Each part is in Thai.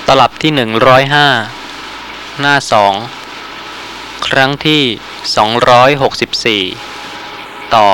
ตลับที่105หน้า2ครั้งที่264ต่อ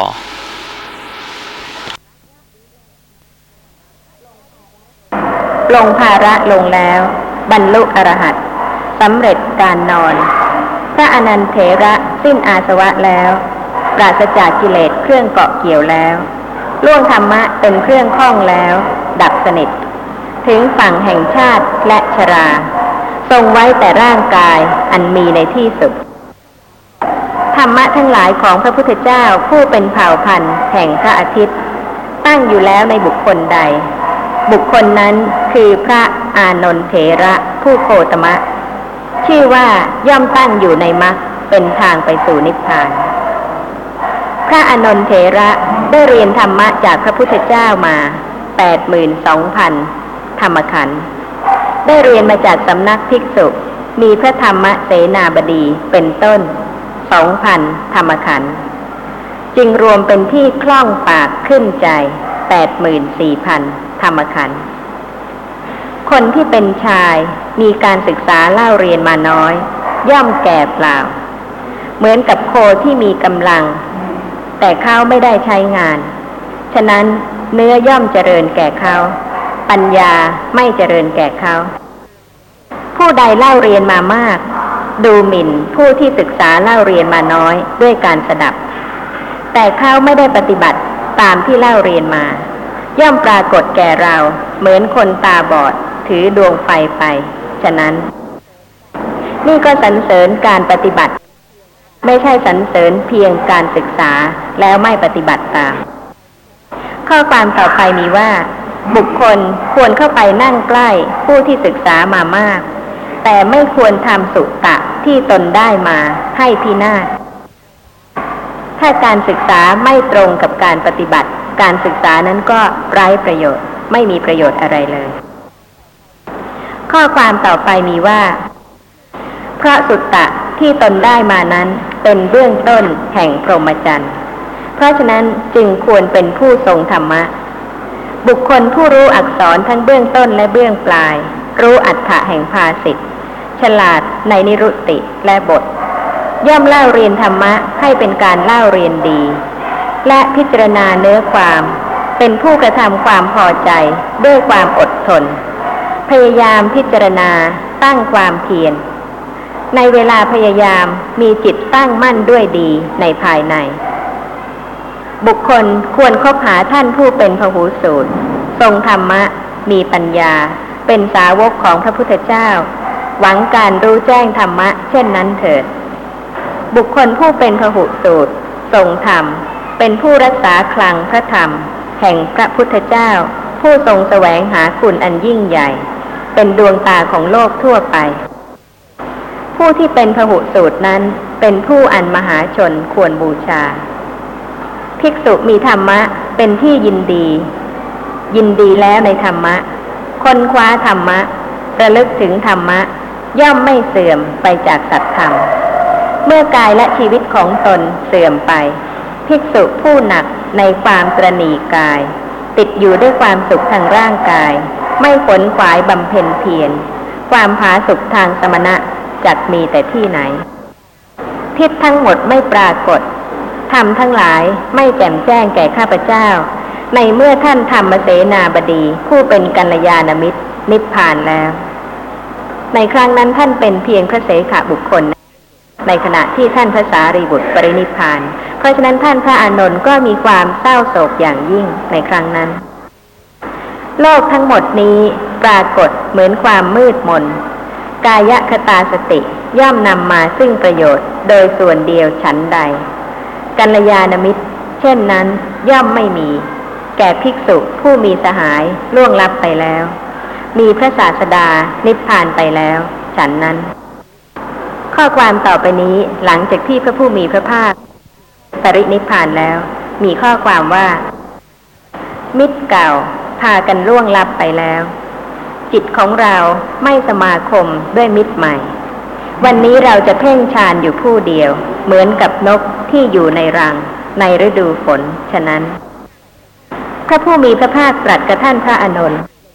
ลงภาระลงแล้วบรรลุอรหัตสำเร็จการนอนพระอนันเถระสิ้นอาสวะแล้วปราศจากกิเลสเครื่องเกาะเกี่ยวแล้วล่วงธรรมะเป็นเครื่องข้องแล้วดับสนิทถึงฝั่งแห่งชาติและชราทรงไว้แต่ร่างกายอันมีในที่สุดธรรมะทั้งหลายของพระพุทธเจ้าผู้เป็นเผ่าพันธุ์แห่งพระอาทิตย์ตั้งอยู่แล้วในบุคคลใดบุคคลนั้นคือพระอานนท์เถระผู้โคตมะชื่อว่าย่อมตั้งอยู่ในมรรคเป็นทางไปสู่นิพพานพระอานนท์เถระได้เรียนธรรมะจากพระพุทธเจ้ามา 82,000 ธรรมขันธ์ได้เรียนมาจากสำนักภิกษุมีพระธรรมเสนาบดีเป็นต้น 2,000 ธรรมขันธ์จึงรวมเป็นที่คล่องปากขึ้นใจ 84,000 ธรรมขันธ์คนที่เป็นชายมีการศึกษาเล่าเรียนมาน้อยย่อมแก่เปล่าเหมือนกับโคที่มีกำลังแต่เขาไม่ได้ใช้งานฉะนั้นเนื้อย่อมเจริญแก่เขาปัญญาไม่เจริญแก่เขาผู้ใดเล่าเรียนมามากดูหมิ่นผู้ที่ศึกษาเล่าเรียนมาน้อยด้วยการสดับแต่เขาไม่ได้ปฏิบัติตามที่เล่าเรียนมาย่อมปรากฏแก่เราเหมือนคนตาบอดถือดวงไฟไปฉะนั้นนี่ก็สรรเสริญการปฏิบัติไม่ใช่สรรเสริญเพียงการศึกษาแล้วไม่ปฏิบัติตามข้อความต่อไปมีว่าบุคคลควรเข้าไปนั่งใกล้ผู้ที่ศึกษามามากแต่ไม่ควรทำสุตะที่ตนได้มาให้พินาศถ้าการศึกษาไม่ตรงกับการปฏิบัติการศึกษานั้นก็ไร้ประโยชน์ไม่มีประโยชน์อะไรเลยข้อความต่อไปมีว่าเพราะสุตตะที่ตนได้มานั้นเป็นเบื้องต้นแห่งพรหมจรรย์เพราะฉะนั้นจึงควรเป็นผู้ทรงธรรมะบุคคลผู้รู้อักษรทั้งเบื้องต้นและเบื้องปลายรู้อรรถะแห่งภาษิตฉลาดในนิรุตติและบทย่อมเล่าเรียนธรรมะให้เป็นการเล่าเรียนดีและพิจารณาเนื้อความเป็นผู้กระทำความพอใจด้วยความอดทนพยายามพิจารณาตั้งความเพียรในเวลาพยายามมีจิตตั้งมั่นด้วยดีในภายในบุคคลควรคบหาท่านผู้เป็นพหูสูตรทรงธรรมะมีปัญญาเป็นสาวกของพระพุทธเจ้าหวังการรู้แจ้งธรรมะเช่นนั้นเถิดบุคคลผู้เป็นพหูสูตรทรงธรรมเป็นผู้รักษาคลังพระธรรมแห่งพระพุทธเจ้าผู้ทรงแสวงหาคุณอันยิ่งใหญ่เป็นดวงตาของโลกทั่วไปผู้ที่เป็นพหุสูตรนั้นเป็นผู้อันมหาชนควรบูชาภิกษุมีธรรมะเป็นที่ยินดีแล้วในธรรมะค้นคว้าธรรมะระลึกถึงธรรมะย่อมไม่เสื่อมไปจากสัตธรรมเมื่อกายและชีวิตของตนเสื่อมไปภิกษุผู้หนักในความตระหนี่กายติดอยู่ด้วยความสุขทางร่างกายไม่ขวนขวายบำเพ็ญเพียรความผาสุกทางสมณะจักมีแต่ที่ไหนทิศทั้งหมดไม่ปรากฏธรรมทั้งหลายไม่แจ่มแจ้งแก่ข้าพเจ้าในเมื่อท่านธรรมเสนาบดีผู้เป็นกัลยาณมิตรนิพพานแล้วในครั้งนั้นท่านเป็นเพียงพระเสขบุคคลในขณะที่ท่านพระสารีบุตรปรินิพพานเพราะฉะนั้นท่านพระอานนท์ก็มีความเศร้าโศกอย่างยิ่งในครั้งนั้นโลกทั้งหมดนี้ปรากฏเหมือนความมืดมนกายคตาสติย่อมนำมาซึ่งประโยชน์โดยส่วนเดียวฉันใดกัลยาณมิตรเช่นนั้นย่อมไม่มีแก่ภิกษุผู้มีสหายล่วงลับไปแล้วมีพระศาสดานิพพานไปแล้วฉันนั้นข้อความต่อไปนี้หลังจากที่พระผู้มีพระภาคปรินิพพานแล้วมีข้อความว่ามิตรเก่าพากันล่วงลับไปแล้วจิตของเราไม่สมาคมด้วยมิตรใหม่วันนี้เราจะเพ่งฌานอยู่ผู้เดียวเหมือนกับนกที่อยู่ในรังในฤดูฝนฉะนั้นพระผู้มีพระภาคตรัสกับท่านพระอานนท์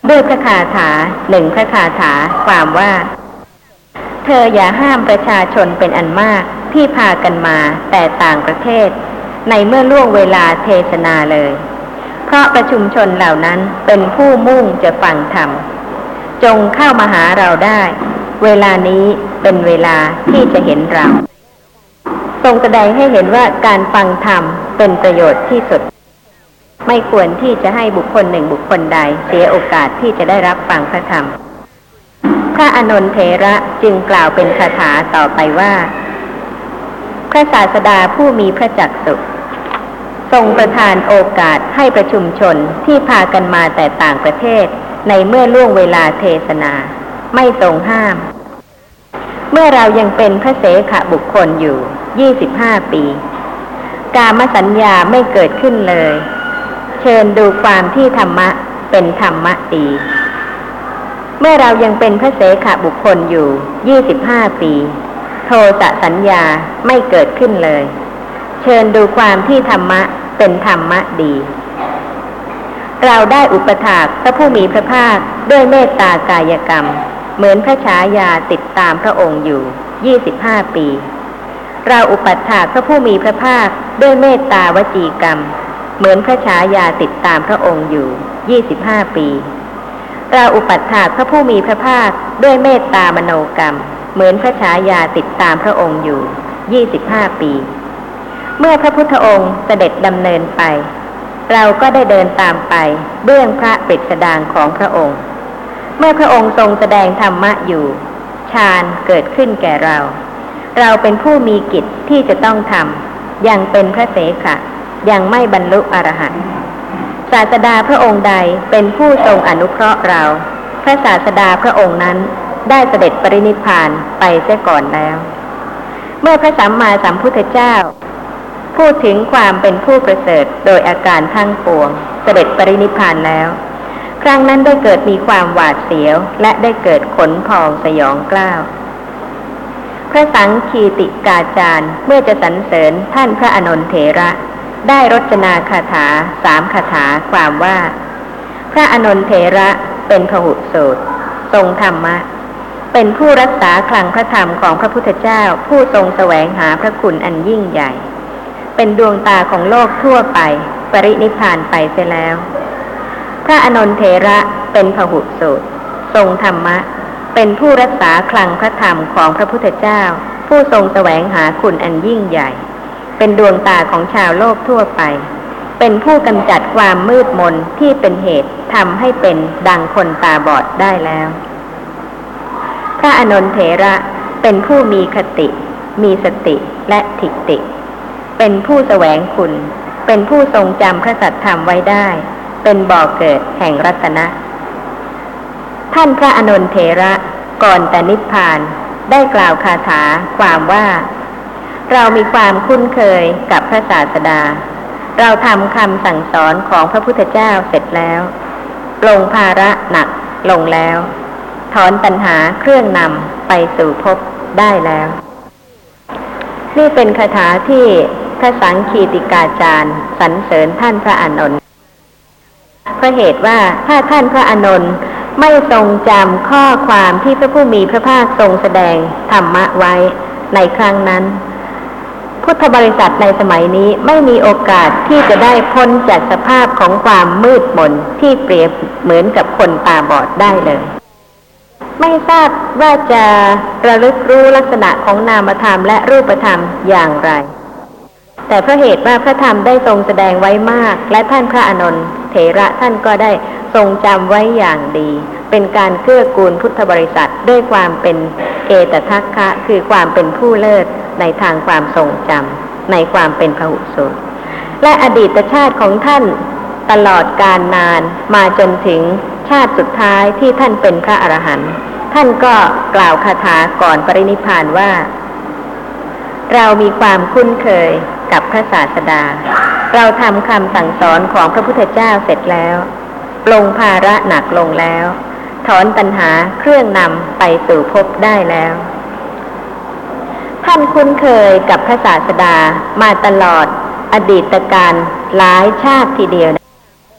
ด้วยพระคาถาหนึ่งพระคาถาความว่าเธออย่าห้ามประชาชนเป็นอันมากที่พากันมาแต่ต่างประเทศในเมื่อล่วงเวลาเทศนาเลยเพราะประชุมชนเหล่านั้นเป็นผู้มุ่งจะฟังธรรมจงเข้ามาหาเราได้เวลานี้เป็นเวลาที่จะเห็นเราทรงแสดงให้เห็นว่าการฟังธรรมเป็นประโยชน์ที่สุดไม่ควรที่จะให้บุคคลหนึ่งบุคคลใดเสียโอกาสที่จะได้รับฟังพระธรรมพระอานนท์เถระจึงกล่าวเป็นคาถาต่อไปว่าพระศาสดาผู้มีพระจักษุทรงประทานโอกาสให้ประชุมชนที่พากันมาแต่ต่างประเทศในเมื่อล่วงเวลาเทศนาไม่ทรงห้ามเมื่อเรายังเป็นพระเสขบุคคลอยู่25 ปีกามสัญญาไม่เกิดขึ้นเลยเชิญดูความที่ธรรมะเป็นธรรมะดีเมื่อเรายังเป็นพระเสขบุคคลอยู่25 ปีโทสะสัญญาไม่เกิดขึ้นเลยเชิญดูความที่ธรรมะเป็นธรรมะดีเราได้อุปถากพระผู้มีพระภาคด้วยเมตตากายกรรมเหมือนพระฉายาติดตามพระองค์อยู่25 ปีเราอุปถากพระผู้มีพระภาคด้วยเมตตาวจีกรรมเหมือนพระฉายาติดตามพระองค์อยู่25 ปีเราอุปถากพระผู้มีพระภาคด้วยเมตตามโนกรรมเหมือนพระฉายาติดตามพระองค์อยู่25 ปีเมื่อพระพุทธองค์เสด็จดำเนินไปเราก็ได้เดินตามไปเบื้องพระปริศดางของพระองค์เมื่อพระองค์ทรงแสดงธรรมะอยู่ฌานเกิดขึ้นแก่เราเป็นผู้มีกิจที่จะต้องทำยังเป็นพระเสขะยังไม่บรรลุอรหันต์ศาสดาพระองค์ใดเป็นผู้ทรงอนุเคราะห์เราพระศาสดาพระองค์นั้นได้เสด็จปรินิพพานไปเสียก่อนแล้วเมื่อพระสัมมาสัมพุทธเจ้าพูดถึงความเป็นผู้ประเสริฐโดยอาการทั้งปวงเสด็จปรินิพพานแล้วครั้งนั้นได้เกิดมีความหวาดเสียวและได้เกิดขนพองสยองกล้าวพระสังคีติกาจารย์เมื่อจะสรรเสริญท่านพระอานนท์เถระได้รจนาคาถา3 คาถาความว่าพระอานนท์เถระเป็นพหุสูตรทรงธรรมะเป็นผู้รักษาคลังพระธรรมของพระพุทธเจ้าผู้ทรงแสวงหาพระคุณอันยิ่งใหญ่เป็นดวงตาของโลกทั่วไปปรินิพพานไปเสียแล้วพระอานนท์เถระเป็นพหุสูตรทรงธรรมะเป็นผู้รักษาคลังพระธรรมของพระพุทธเจ้าผู้ทรงแสวงหาคุณอันยิ่งใหญ่เป็นดวงตาของชาวโลกทั่วไปเป็นผู้กำจัดความมืดมนที่เป็นเหตุทำให้เป็นดังคนตาบอดได้แล้วพระอานนท์เถระเป็นผู้มีคติมีสติและทิฏฐิเป็นผู้แสวงคุณเป็นผู้ทรงจำพระสัทธรรมไว้ได้เป็นบ่อเกิดแห่งรัตนะท่านพระอานนท์เถระก่อนแต่นิพพานได้กล่าวคาถาความว่าเรามีความคุ้นเคยกับพระศาสดาเราทำคำสั่งสอนของพระพุทธเจ้าเสร็จแล้วปลงภาระหนักลงแล้วถอนตัณหาเครื่องนำไปสู่ภพได้แล้วนี่เป็นคาถาที่พระสังคีติกาจารย์สรรเสริญท่านพระอานนท์เพราะเหตุว่าถ้าท่านพระอานนท์ไม่ทรงจำข้อความที่พระผู้มีพระภาคทรงแสดงธรรมะไว้ในครั้งนั้นพุทธบริษัทในสมัยนี้ไม่มีโอกาสที่จะได้พ้นจากสภาพของความมืดมนที่เปรียบเหมือนกับคนตาบอดได้เลยไม่ทราบว่าจะระลึกรู้ลักษณะของนามธรรมและรูปธรรมอย่างไรแต่เพราะเหตุว่าพระธรรมได้ทรงแสดงไว้มากและท่านพระอานนท์เถระท่านก็ได้ทรงจำไว้อย่างดีเป็นการเกื้อกูลพุทธบริษัทด้วยความเป็นเอตทัคคะคือความเป็นผู้เลิศในทางความทรงจำในความเป็นพหุสูตรและอดีตชาติของท่านตลอดกาลนานมาจนถึงชาติสุดท้ายที่ท่านเป็นพระอรหันต์ท่านก็กล่าวคาถาก่อนปรินิพพานว่าเรามีความคุ้นเคยกับพระศาสดาเราทำคำสั่งสอนของพระพุทธเจ้าเสร็จแล้วปลงภาระหนักลงแล้วถอนตัณหาเครื่องนำไปสู่ภพได้แล้วท่านคุ้นเคยกับพระศาสดามาตลอดอดีตการหลายชาติทีเดียว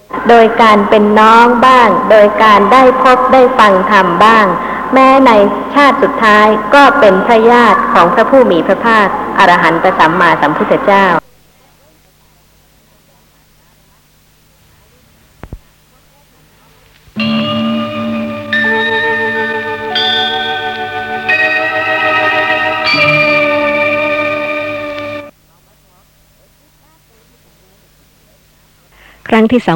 โดยการเป็นน้องบ้างโดยการได้พบได้ฟังธรรมบ้างแม้ในชาติสุดท้ายก็เป็นพระญาติของพระผู้มีพระภาคอรหันตสัมมาสัมพุทธเจ้าครั้งที่265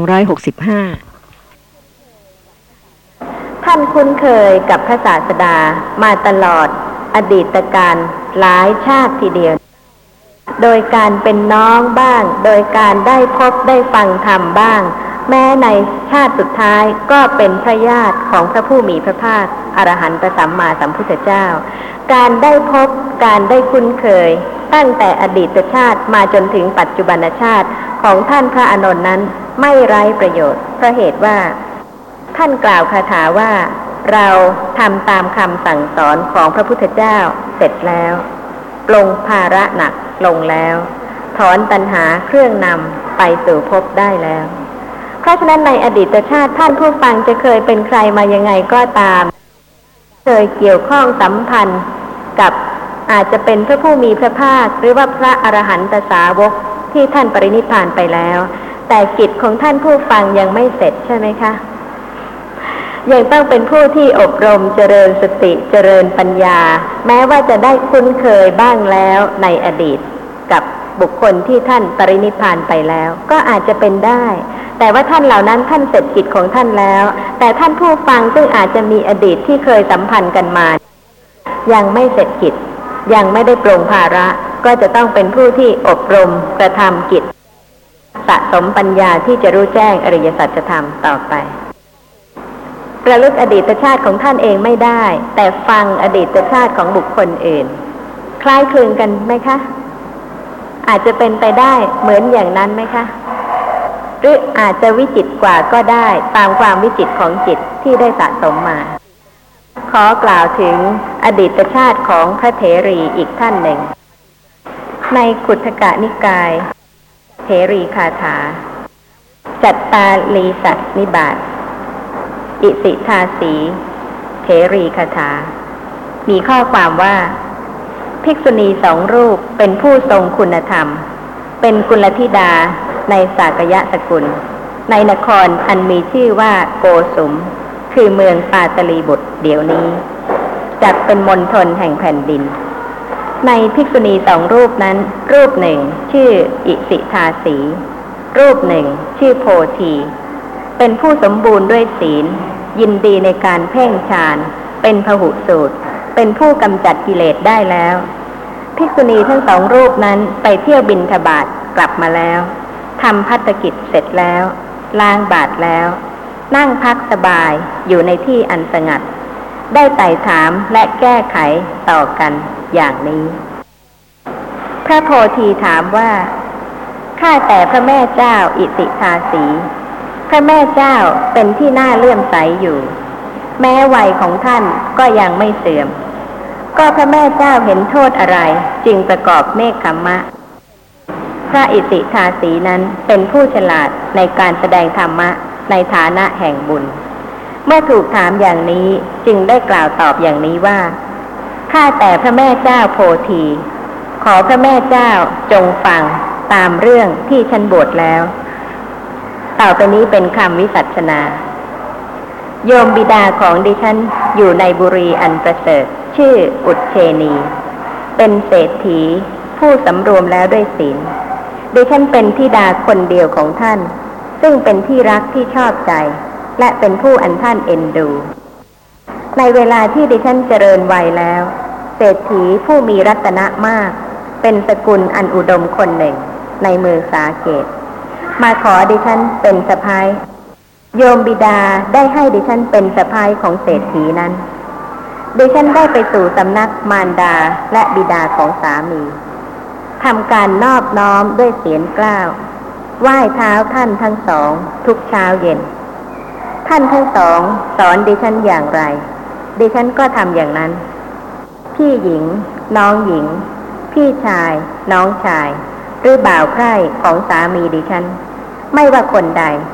ท่านคุ้นเคยกับพระศาสดามาตลอดอดีตการหลายชาติทีเดียวโดยการเป็นน้องบ้างโดยการได้พบได้ฟังธรรมบ้างแม้ในชาติสุดท้ายก็เป็นพระญาติของพระผู้มีพระภาคอรหันตสัมมาสัมพุทธเจ้าการได้พบการได้คุ้นเคยตั้งแต่อดีตชาติมาจนถึงปัจจุบันชาติของท่านพระอานนท์นั้นไม่ไร้ประโยชน์เพราะเหตุว่าท่านกล่าวคาถาว่าเราทำตามคำสั่งสอนของพระพุทธเจ้าเสร็จแล้วปลงภาระหนักลงแล้วถอนตัณหาเครื่องนำไปสู่ภพได้แล้วเพราะฉะนั้นในอดีตชาติท่านผู้ฟังจะเคยเป็นใครมายังไงก็ตามเคยเกี่ยวข้องสัมพันธ์กับอาจจะเป็นพระผู้มีพระภาคหรือว่าพระอรหันตสาวกที่ท่านปรินิพพานไปแล้วแต่กิจของท่านผู้ฟังยังไม่เสร็จใช่ไหมคะยังต้องเป็นผู้ที่อบรมเจริญสติเจริญปัญญาแม้ว่าจะได้คุ้นเคยบ้างแล้วในอดีตกับบุคคลที่ท่านปรินิพพานไปแล้วก็อาจจะเป็นได้แต่ว่าท่านเหล่านั้นท่านเสร็จกิจของท่านแล้วแต่ท่านผู้ฟังซึ่งอาจจะมีอดีตที่เคยสัมพันธ์กันมายังไม่เสร็จกิจยังไม่ได้ปลงภาระก็จะต้องเป็นผู้ที่อบรมกระทำกิจสะสมปัญญาที่จะรู้แจ้งอริยสัจธรรมต่อไประลึกอดีตชาติของท่านเองไม่ได้แต่ฟังอดีตชาติของบุคคลอื่นคล้ายคลึงกันไหมคะอาจจะเป็นไปได้เหมือนอย่างนั้นไหมคะหรืออาจจะวิจิตรกว่าก็ได้ตามความวิจิตรของจิตที่ได้สะสมมาขอกล่าวถึงอดีตชาติของพระเถรีอีกท่านหนึ่งในขุททกนิกายเถรีคาถาจัตตาลีสันิบาตอิสิทาสีเถรีคาถามีข้อความว่าภิกษุณี2 รูปเป็นผู้ทรงคุณธรรมเป็นกุลธิดาในสากยะสกุลในนครอันมีชื่อว่าโกสุมคือเมืองปาตลีบุตรเดี๋ยวนี้จัดเป็นมณฑลแห่งแผ่นดินในภิกษุณี2 รูปนั้นรูปหนึ่งชื่ออิสิทาสีรูปหนึ่งชื่อโพธีเป็นผู้สมบูรณ์ด้วยศีลยินดีในการเพ่งฌานเป็นพหุสูตรเป็นผู้กำจัดกิเลสได้แล้วภิกษุณีทั้ง2 รูปนั้นไปเที่ยวบิณฑบาตกลับมาแล้วทำภัตกิจเสร็จแล้วล้างบาตรแล้วนั่งพักสบายอยู่ในที่อันสงัดได้ไต่ถามและแก้ไขต่อกันอย่างนี้พระโพธีถามว่าข้าแต่พระแม่เจ้าอิสิทาสีพระแม่เจ้าเป็นที่น่าเลื่อมใสอยู่แม้วัยของท่านก็ยังไม่เสื่อมก็พระแม่เจ้าเห็นโทษอะไรจึงประกอบเนกขัมมะพระอิสิทาสีนั้นเป็นผู้ฉลาดในการแสดงธรรมะในฐานะแห่งบุญเมื่อถูกถามอย่างนี้จึงได้กล่าวตอบอย่างนี้ว่าข้าแต่พระแม่เจ้าโพธีขอพระแม่เจ้าจงฟังตามเรื่องที่ฉันบวชแล้วต่อไปนี้เป็นคำวิสัชนาโยมบิดาของดิฉันอยู่ในบุรีอันประเสริฐชื่ออุชเชนีเป็นเศรษฐีผู้สำรวมแล้วด้วยศีลดิฉันเป็นธิดาคนเดียวของท่านซึ่งเป็นที่รักที่ชอบใจและเป็นผู้อันท่านเอ็นดูในเวลาที่ดิฉันเจริญวัยแล้วเศรษฐีผู้มีรัตนะมากเป็นสกุลอันอุดมคนหนึ่งในเมืองสาเกตมาขอดิฉันเป็นสะใภ้โยมบิดาได้ให้ดิฉันเป็นสะใภ้ของเศรษฐีนั้นดิฉันได้ไปสู่สำนักมารดาและบิดาของสามีทำการนอบน้อมด้วยเสียงกล้าวไหว้เท้าท่านทั้งสองทุกเช้าเย็นท่านทั้งสองสอนดิฉันอย่างไรดิฉันก็ทำอย่างนั้นพี่หญิงน้องหญิงพี่ชายน้องชายหรือบ่าวไพร่ของสามีดิฉันไม่ว่าคนใด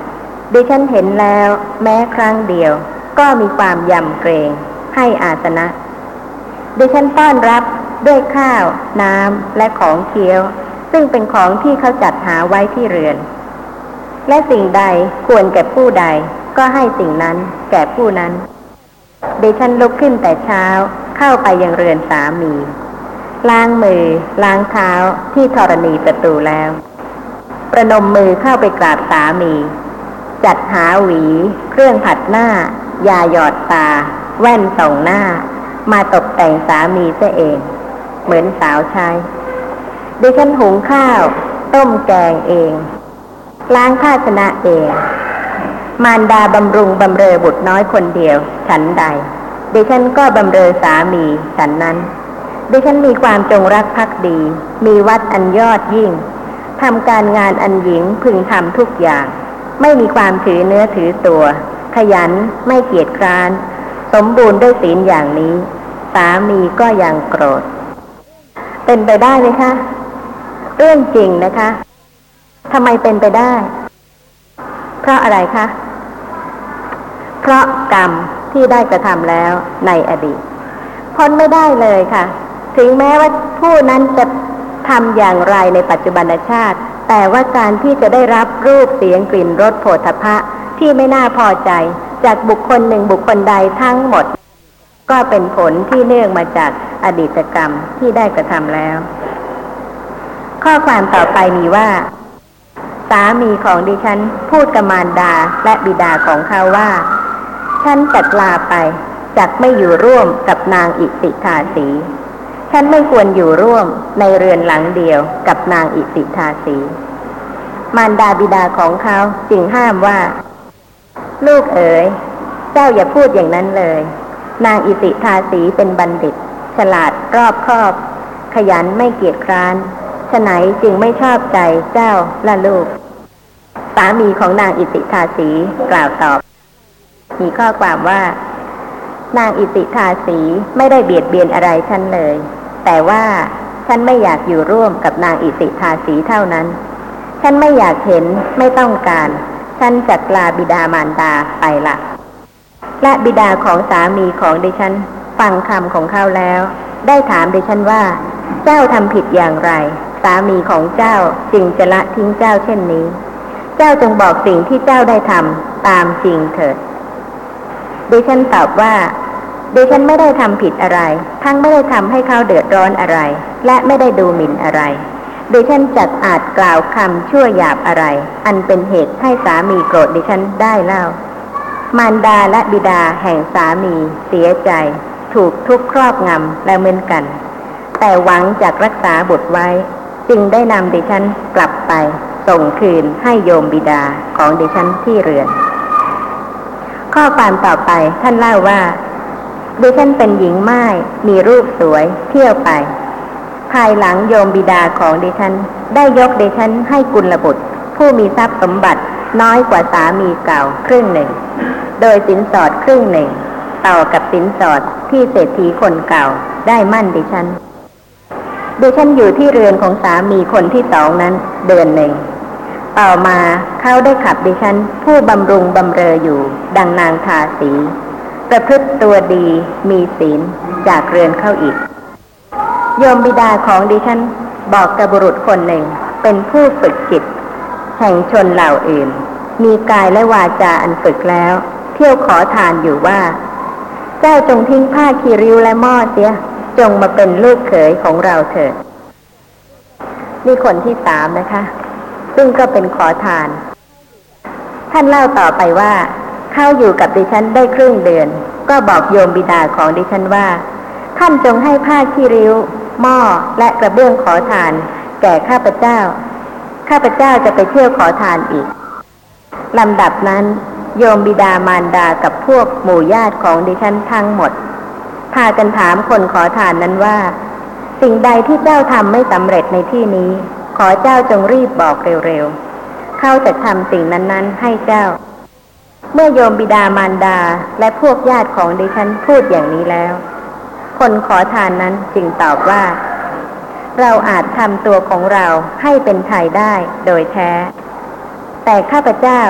ดิฉันเห็นแล้วแม้ครั้งเดียวก็มีความยำเกรงให้อาสนะดิฉันต้อนรับด้วยข้าวน้ำและของเคี้ยวซึ่งเป็นของที่เขาจัดหาไว้ที่เรือนและสิ่งใดควรแก่ผู้ใดก็ให้สิ่งนั้นแก่ผู้นั้นดิฉันลุกขึ้นแต่เช้าเข้าไปยังเรือนสามีล้างมือล้างเท้าที่ธรณีประตูแล้วประนมมือเข้าไปกราบสามีจัดหาหวีเครื่องผัดหน้ายาหยอดตาแว่นส่องหน้ามาตกแต่งสามีเสียเองเหมือนสาวใช้ดิฉันหุงข้าวต้มแกงเองล้างภาชนะเองมารดาบำรุงบำเรอบุตรน้อยคนเดียวฉันใดดิฉันก็บำเรอสามีฉันนั้นดิฉันมีความจงรักภักดีมีวัดอันยอดยิ่งทำการงานอันหญิงพึงทำทุกอย่างไม่มีความถือเนื้อถือตัวขยันไม่เกียจคร้านสมบูรณ์ด้วยศีลอย่างนี้สามีก็ยังโกรธเป็นไปได้ไหมคะเรื่องจริงนะคะทำไมเป็นไปได้เพราะอะไรคะเพราะกรรมที่ได้กระทำแล้วในอดีตพ้นไม่ได้เลยค่ะถึงแม้ว่าผู้นั้นจะทำอย่างไรในปัจจุบันชาติแต่ว่าการที่จะได้รับรูปเสียงกลิ่นรสโผฏฐัพพะที่ไม่น่าพอใจจากบุคคลหนึ่งบุคคลใดทั้งหมดก็เป็นผลที่เนื่องมาจากอดีตกรรมที่ได้กระทำแล้วข้อความต่อไปมีว่าสามีของดิฉันพูดกับมารดาและบิดาของเขาว่าฉันจักลาไปจักไม่อยู่ร่วมกับนางอิสิทาสีฉันไม่ควรอยู่ร่วมในเรือนหลังเดียวกับนางอิสิทาสีมารดาบิดาของเขาจึงห้ามว่าลูกเอ๋ยเจ้าอย่าพูดอย่างนั้นเลยนางอิสิทาสีเป็นบัณฑิตฉลาดรอบคอบขยันไม่เกียจคร้านฉะไหนจึงไม่ชอบใจเจ้าและลูกสามีของนางอิสิทาสีกล่าวตอบมีข้อความว่านางอิสิทาสีไม่ได้เบียดเบียนอะไรฉันเลยแต่ว่าฉันไม่อยากอยู่ร่วมกับนางอิสิทาสีเท่านั้นฉันไม่อยากเห็นไม่ต้องการฉันจักลาบิดามารดาไปละและบิดาของสามีของดิฉันฟังคำของเขาแล้วได้ถามดิฉันว่าเจ้าทำผิดอย่างไรสามีของเจ้าจึงจะละทิ้งเจ้าเช่นนี้เจ้าจงบอกสิ่งที่เจ้าได้ทำตามจริงเถิดดิฉันตอบว่าดิฉันไม่ได้ทำผิดอะไรทั้งไม่ได้ทำให้เขาเดือดร้อนอะไรและไม่ได้ดูหมิ่นอะไรดิฉันจักอาจกล่าวคำชั่วหยาบอะไรอันเป็นเหตุให้สามีโกรธดิฉันได้เล่ามารดาและบิดาแห่งสามีเสียใจถูกทุกข์ครอบงำและเหมือนกันแต่หวังจากรักษาบุตรไว้จึงได้นำดิฉันกลับไปส่งคืนให้โยมบิดาของดิฉันที่เรือนข้อความต่อไปท่านเล่าว่าดิฉันเป็นหญิงม่ายมีรูปสวยเที่ยวไปภายหลังโยมบิดาของดิฉันได้ยกดิฉันให้กุลบุตรผู้มีทรัพย์สมบัติน้อยกว่าสามีเก่าครึ่งหนึ่งโดยสินสอดครึ่งหนึ่งต่อกับสินสอดที่เศรษฐีคนเก่าได้มั่นดิฉันอยู่ที่เรือนของสามีคนที่สองนั้นเดือนหนึ่งต่อมาเขาได้ขับดิฉันผู้บำรุงบำเรออยู่ดังนางทาสีประพฤติตัวดีมีศีลจากเรือนเข้าอีกโยมบิดาของดิฉันบอกกับบุรุษคนหนึ่งเป็นผู้ฝึกจิตแห่งชนเหล่าอื่นมีกายและวาจาอันฝึกแล้วเที่ยวขอทานอยู่ว่าเจ้าจงทิ้งผ้าคีริ้วและหม้อเสียจงมาเป็นลูกเขยของเราเถิดนี่คนที่สามนะคะซึ่งก็เป็นขอทานท่านเล่าต่อไปว่าเข้าอยู่กับดิฉันได้ครึ่งเดือนก็บอกโยมบิดาของดิฉันว่าท่านจงให้ผ้าคีริ้วหม้อและกระเบื้องขอทานแก่ข้าพเจ้าจะไปเที่ยวขอทานอีกลำดับนั้นโยมบิดามารดากับพวกหมู่ญาติของดิฉันทั้งหมดพากันถามคนขอทานนั้นว่าสิ่งใดที่เจ้าทำไม่สำเร็จในที่นี้ขอเจ้าจงรีบบอกเร็วๆเขาจะทำสิ่งนั้นๆให้เจ้าเมื่อโยมบิดามารดาและพวกญาติของดิฉันพูดอย่างนี้แล้วคนขอทานนั้นจึงตอบว่าเราอาจทำตัวของเราให้เป็นไทยได้โดยแท้แต่ข้าพเจ้า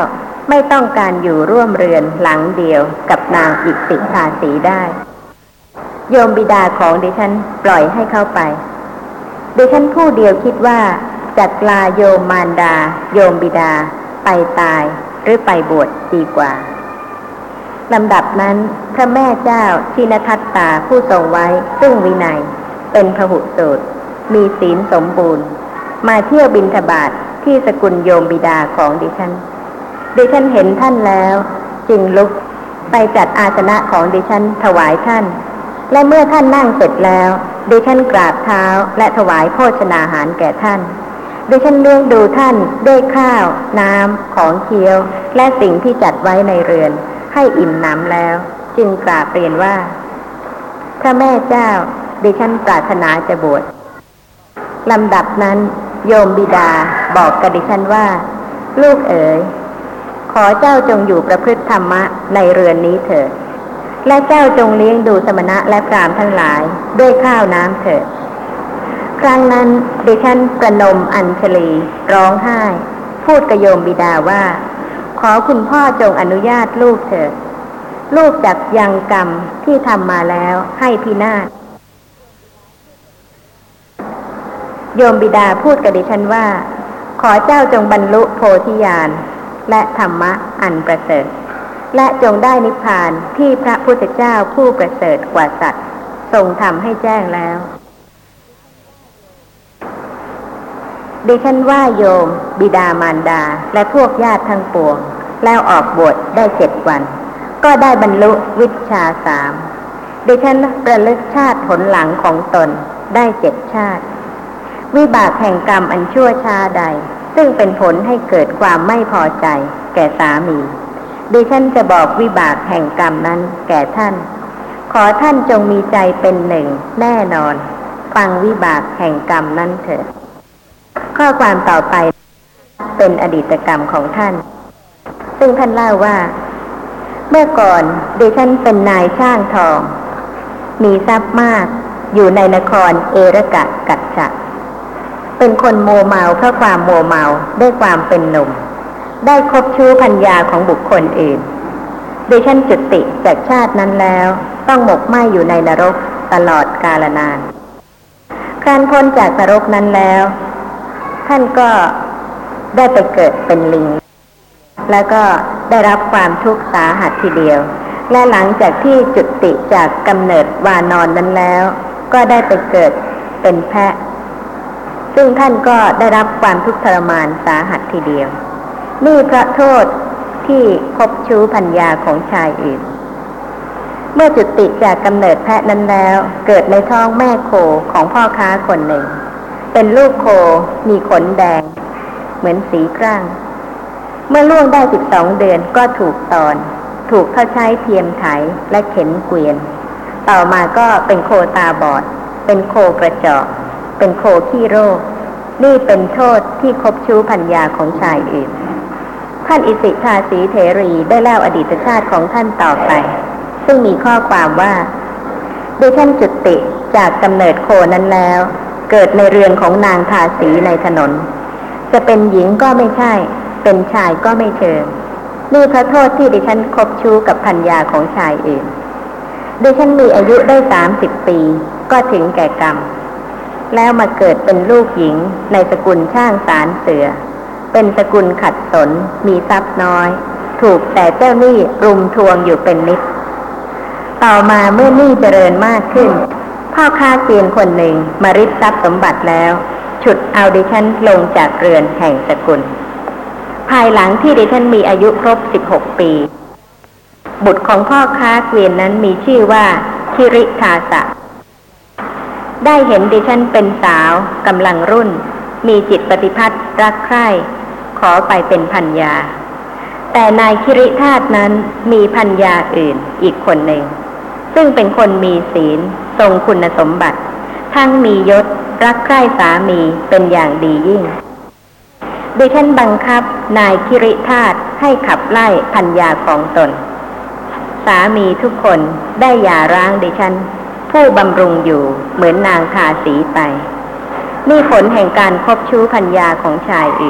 ไม่ต้องการอยู่ร่วมเรือนหลังเดียวกับนางอิสิทาสีได้โยมบิดาของดิฉันปล่อยให้เข้าไปดิฉันผู้เดียวคิดว่าจัดลาโยมมารดาโยมบิดาไปตายหรือไปบวชดีกว่าลำดับนั้นพระแม่เจ้าชินทัตตาผู้ทรงไว้ซึ่งวินัยเป็นพหุสูตรมีศีลสมบูรณ์มาเที่ยวบิณฑบาตที่สกุลโยมบิดาของดิฉันเห็นท่านแล้วจึงลุกไปจัดอาสนะของดิฉันถวายท่านและเมื่อท่านนั่งเสร็จแล้วดิฉันกราบเท้าและถวายโภชนาหารแก่ท่านดิฉันเลี้ยงดูท่านด้วยข้าวน้ำของเคี้ยวและสิ่งที่จัดไว้ในเรือนให้อิ่มหนำแล้วจึงกราบเรียนว่าพระแม่เจ้าดิฉันปรารถนาจะบวชลำดับนั้นโยมบิดาบอกกับดิฉันว่าลูกเอ๋ยขอเจ้าจงอยู่ประพฤติธรรมะในเรือนนี้เถิดและเจ้าจงเลี้ยงดูสมณะและพราหมณ์ทั้งหลายด้วยข้าวน้ำเถิดครั้งนั้นดิฉันประนมอัญชลีร้องไห้พูดกับโยมบิดาว่าขอคุณพ่อจงอนุญาตลูกเถิดลูกจักยังกรรมที่ทำมาแล้วให้พินาศโยมบิดาพูดกับดิฉันว่าขอเจ้าจงบรรลุโพธิญาณและธรรมะอันประเสริฐและจงได้นิพพานที่พระพุทธเจ้าผู้ประเสริฐกว่าสัตว์ทรงทำให้แจ้งแล้วดิฉันว่าโยมบิดามารดาและพวกญาติทั้งปวงแล้วออกบวชได้7 วันก็ได้บรรลุวิชชา3ดิฉันระลึกชาติผลหลังของตนได้7 ชาติวิบากแห่งกรรมอันชั่วช้าใดซึ่งเป็นผลให้เกิดความไม่พอใจแก่สามีดิฉันจะบอกวิบากแห่งกรรมนั้นแก่ท่านขอท่านจงมีใจเป็นหนึ่งแน่นอนฟังวิบากแห่งกรรมนั้นเถิดข้อความต่อไปเป็นอดีตกรรมของท่านซึ่งท่านเล่าว่าเมื่อก่อนดิฉันเป็นนายช่างทองมีทรัพย์มากอยู่ในนครเอระกะกัจฉะเป็นคนโมเมาเพราะความโมเมาด้วยความเป็นหนุ่มได้คบชู้ภรรยาของบุคคลอื่นดิฉันจุติจากชาตินั้นแล้วต้องหมกไหม้อยู่ในนรกตลอดกาลนานครั้นพ้นจากนรกนั้นแล้วท่านก็ได้ไปเกิดเป็นลิงแล้วก็ได้รับความทุกข์สาหัสทีเดียวและหลังจากที่จุติจากกำเนิดวานอนนั้นแล้วก็ได้ไปเกิดเป็นแพะซึ่งท่านก็ได้รับความทุกข์ทรมานสาหัสทีเดียวนี่เพราะโทษที่คบชู้ภรรยาของชายอื่นเมื่อจุติจากกำเนิดแพะนั้นแล้วเกิดในท้องแม่โคของพ่อค้าคนหนึ่งเป็นลูกโคมีขนแดงเหมือนสีกร้างเมื่อล่วงได้12 เดือนก็ถูกตอนถูกเขาใช้เทียมไถและเข็นเกวียนต่อมาก็เป็นโคตาบอดเป็นโคกระจอกเป็นโคขี้โรคนี่เป็นโทษที่คบชู้ภรรยาของชายอื่นท่านอิสิทาสีเถรีได้เล่าอดีตชาติของท่านต่อไปซึ่งมีข้อความว่าดิฉันจุติจากกำเนิดโคนั้นแล้วเกิดในเรือนของนางทาสีในถนนจะเป็นหญิงก็ไม่ใช่เป็นชายก็ไม่เชิงนี่เพราะโทษที่ดิฉันคบชู้กับภรรยาของชายอื่นดิฉันมีอายุได้30 ปีก็ถึงแก่กรรมแล้วมาเกิดเป็นลูกหญิงในสกุลช่างสารเสือเป็นสกุลขัดสนมีทรัพย์น้อยถูกแต่เจ้าหนี้รุมทวงอยู่เป็นนิดต่อมาเมื่อหนี้เจริญมากขึ้นพ่อค้าเกวียนคนหนึ่งมาริบทรัพย์สมบัติแล้วฉุดเอาดิฉันลงจากเรือนแห่งสกุลภายหลังที่ดิฉันมีอายุครบ16 ปีบุตรของพ่อค้าเกวียนนั้นมีชื่อว่าคิริทาสะได้เห็นดิฉันเป็นสาวกำลังรุ่นมีจิตปฏิภัทร์รักใคร่ขอไปเป็นภรรยาแต่นายคิริธาตุนั้นมีภรรยาอื่นอีกคนหนึ่งซึ่งเป็นคนมีศีลทรงคุณสมบัติทั้งมียศรักใคร่สามีเป็นอย่างดียิ่งดิฉันบังคับนายคิริธาตุให้ขับไล่ภรรยาของตนสามีทุกคนได้หย่าร้างดิฉันผู้บำรุงอยู่เหมือนนางทาสีไปนี่ผลแห่งการคบชู้ภรรยาของชายอื่น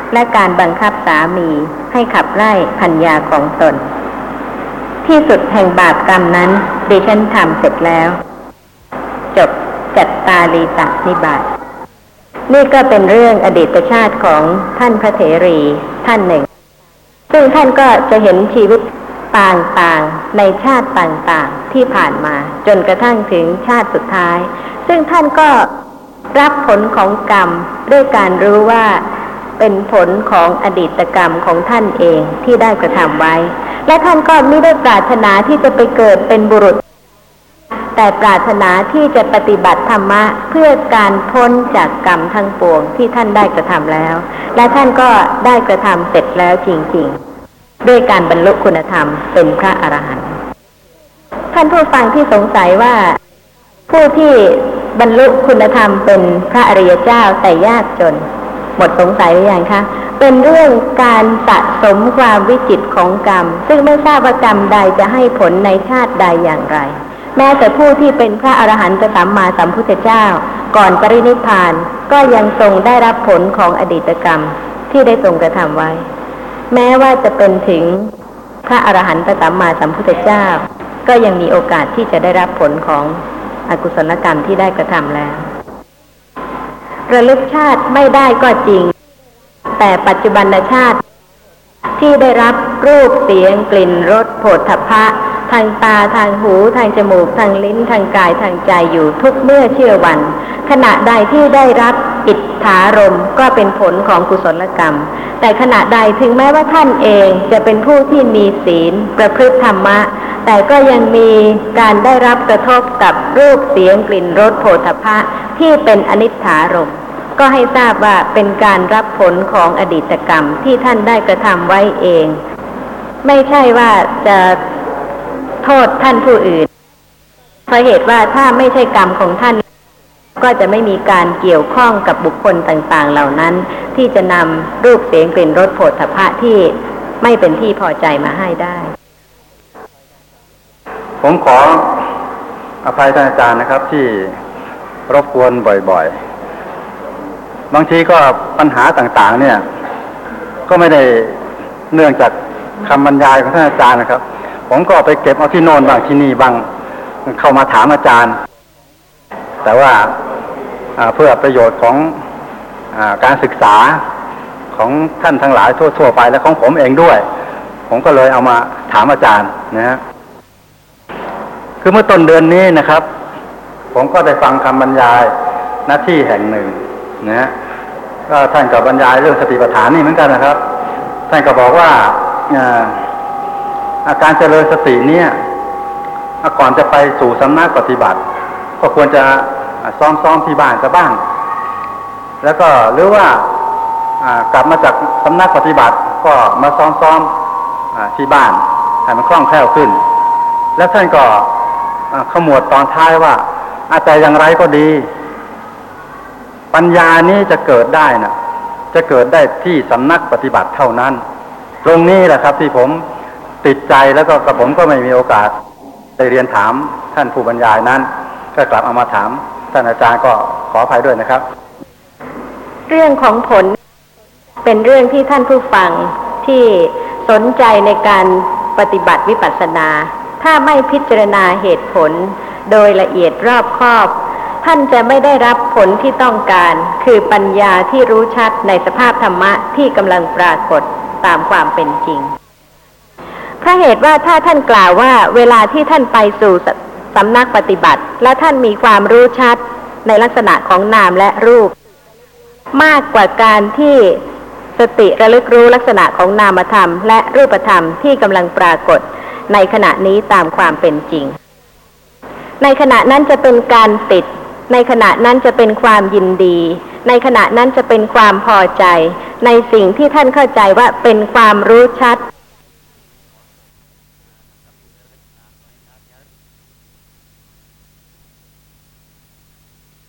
และการบังคับสามีให้ขับไล่ภรรยาของตนที่สุดแห่งบาปกรรมนั้นดิฉันทำเสร็จแล้วจบจัตตาลีตนิบาตนี่ก็เป็นเรื่องอดีตชาติของท่านพระเถรีท่านหนึ่งซึ่งท่านก็จะเห็นชีวิตต่างๆในชาติต่างๆที่ผ่านมาจนกระทั่งถึงชาติสุดท้ายซึ่งท่านก็รับผลของกรรมด้วยการรู้ว่าเป็นผลของอดีตกรรมของท่านเองที่ได้กระทำไว้และท่านก็ไม่ได้ปรารถนาที่จะไปเกิดเป็นบุรุษแต่ปรารถนาที่จะปฏิบัติธรรมะเพื่อการพ้นจากกรรมทั้งปวงที่ท่านได้กระทำแล้วและท่านก็ได้กระทำเสร็จแล้วจริงๆด้วยการบรรลุคุณธรรมเป็นพระอรหันต์ท่านผู้ฟังที่สงสัยว่าผู้ที่บรรลุคุณธรรมเป็นพระอริยเจ้าแต่ยากจนหมดสงสัยหรือยังคะเป็นเรื่องการสะสมความวิจิตรของกรรมซึ่งไม่ทราบว่ากรรมใดจะให้ผลในชาติใดอย่างไรแม้แต่ผู้ที่เป็นพระอรหันตสัมมาสัมพุทธเจ้าก่อนปรินิพพานก็ยังทรงได้รับผลของอดีตกรรมที่ได้ทรงกระทำไว้แม้ว่าจะเป็นถึงพระอรหันตสัมมาสัมพุทธเจ้าก็ยังมีโอกาสที่จะได้รับผลของอกุศลกรรมที่ได้กระทำแล้วระลึกชาติไม่ได้ก็จริงแต่ปัจจุบันชาติที่ได้รับรูปเสียงกลิ่นรสโผฏฐัพพะทางตาทางหูทางจมูกทางลิ้นทางกายทางใจอยู่ทุกเมื่อเชื่อวันขณะใดที่ได้รับอิทธารมณ์ก็เป็นผลของกุศลกรรมแต่ขณะใดถึงแม้ว่าท่านเองจะเป็นผู้ที่มีศีลประพฤติธรรมะแต่ก็ยังมีการได้รับกระทบกับรูปเสียงกลิ่นรสโผฏฐัพพะที่เป็นอนิจฐารมณ์ก็ให้ทราบว่าเป็นการรับผลของอดีตกรรมที่ท่านได้กระทำไว้เองไม่ใช่ว่าจะโทษท่านผู้อื่นเพราะเหตุว่าถ้าไม่ใช่กรรมของท่านก็จะไม่มีการเกี่ยวข้องกับบุคคลต่างๆเหล่านั้นที่จะนำรูปเสียงกลิ่นรสโผฏฐัพพะที่ไม่เป็นที่พอใจมาให้ได้ผมขออภัยท่านอาจารย์นะครับที่รบกวนบ่อยๆบางทีก็ปัญหาต่างๆเนี่ยก็ไม่ได้เนื่องจากคำบรรยายของท่านอาจารย์นะครับผมก็ไปเก็บเอาที่โน่นบ้างที่นี่บ้างเข้ามาถามอาจารย์แต่ว่าเพื่อประโยชน์ของการศึกษาของท่านทั้งหลายทั่วๆไปและของผมเองด้วยผมก็เลยเอามาถามอาจารย์นะฮะคือเมื่อต้นเดือนนี้นะครับผมก็ได้ฟังคำบรรยายหน้าที่แห่งหนึ่งนะฮะก็ท่านก็บรรยายเรื่องสติปัฏฐานนี่เหมือนกันนะครับท่านก็บอกว่าอาการเจริญสติเนี่ยก่อนจะไปสู่สำนักปฏิบัติก็ควรจะซ้อมที่บ้านซะบ้างแล้วก็หรือว่ากลับมาจากสำนักปฏิบัติก็มาซ้อมที่บ้านให้มันคล่องแคล่วขึ้นแล้วท่านก็ขมวดตอนท้ายว่าแต่อย่างไรก็ดีปัญญานี้จะเกิดได้นะจะเกิดได้ที่สำนักปฏิบัติเท่านั้นตรงนี้แหละครับที่ผมติดใจแล้วก็กับผมก็ไม่มีโอกาสได้เรียนถามท่านผู้บรรยายนั้นก็กลับเอามาถามท่านอาจารย์ก็ขออภัยด้วยนะครับเรื่องของผลเป็นเรื่องที่ท่านผู้ฟังที่สนใจในการปฏิบัติวิปัสสนาถ้าไม่พิจารณาเหตุผลโดยละเอียดรอบคอบท่านจะไม่ได้รับผลที่ต้องการคือปัญญาที่รู้ชัดในสภาพธรรมะที่กำลังปรากฏตามความเป็นจริงเพราะเหตุว่าถ้าท่านกล่าวว่าเวลาที่ท่านไปสู่สำนักปฏิบัติและท่านมีความรู้ชัดในลักษณะของนามและรูปมากกว่าการที่สติระลึกรู้ลักษณะของนามธรรมและรูปธรรมที่กำลังปรากฏในขณะนี้ตามความเป็นจริงในขณะนั้นจะเป็นการติดในขณะนั้นจะเป็นความยินดีในขณะนั้นจะเป็นความพอใจในสิ่งที่ท่านเข้าใจว่าเป็นความรู้ชัด